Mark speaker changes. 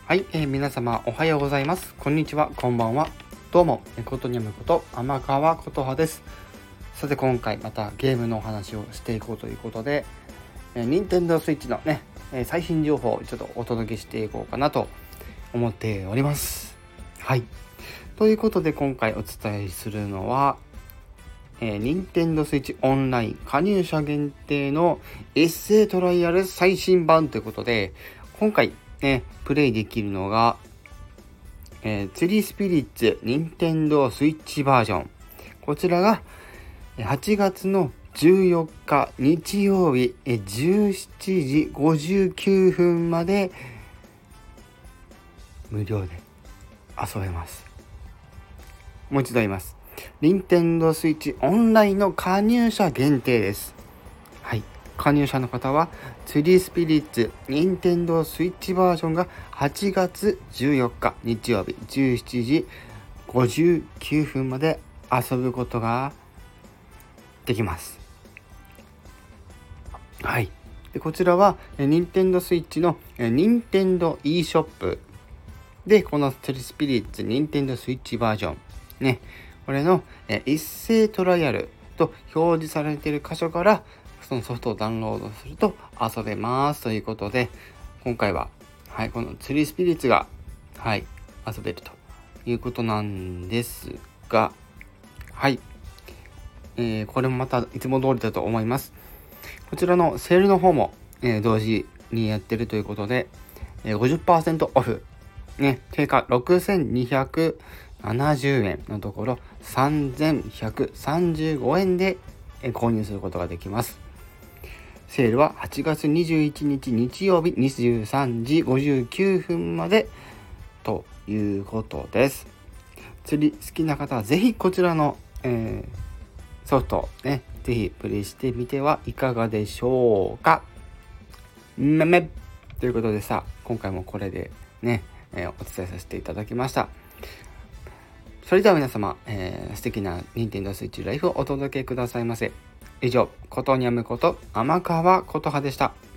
Speaker 1: はい、皆様おはようございます。こんにちは、こんばんは。どうも、ことにゃむこと天川琴葉です。さて今回またゲームのお話をしていこうということで、任天堂スイッチのね、最新情報をちょっとお届けしていこうかなと思っております。はい。ということで今回お伝えするのは、任天堂スイッチオンライン加入者限定のエッセイトライアル最新版ということで、今回プレイできるのが、ツリースピリッツ任天堂スイッチバージョン。こちらが8月の14日日曜日17時59分まで無料で遊べます。もう一度言います。任天堂スイッチオンラインの加入者限定です。はい。加入者の方はツリースピリッツ任天堂スイッチバージョンが8月14日日曜日17時59分まで遊ぶことができます。はい。でこちらは任天堂スイッチの任天堂 e ショップで、このツリースピリッツ任天堂スイッチバージョンね、これの一斉トライアルと表示されている箇所からそのソフトをダウンロードすると遊べますということで、今回は、はい、このツリースピリッツが、はい、遊べるということなんですが、はい、これもまたいつも通りだと思います。こちらのセールの方も、同時にやってるということで、50% オフ、ね、定価6270円のところ3135円で購入することができます。セールは8月21日日曜日23時59分までということです。釣り好きな方はぜひこちらの、ソフトね、ぜひプレイしてみてはいかがでしょうか。ということでさ、今回もこれでね、お伝えさせていただきました。それでは皆様、素敵な任天堂スイッチライフをお届けくださいませ。以上、ことにゃむこと天川琴葉でした。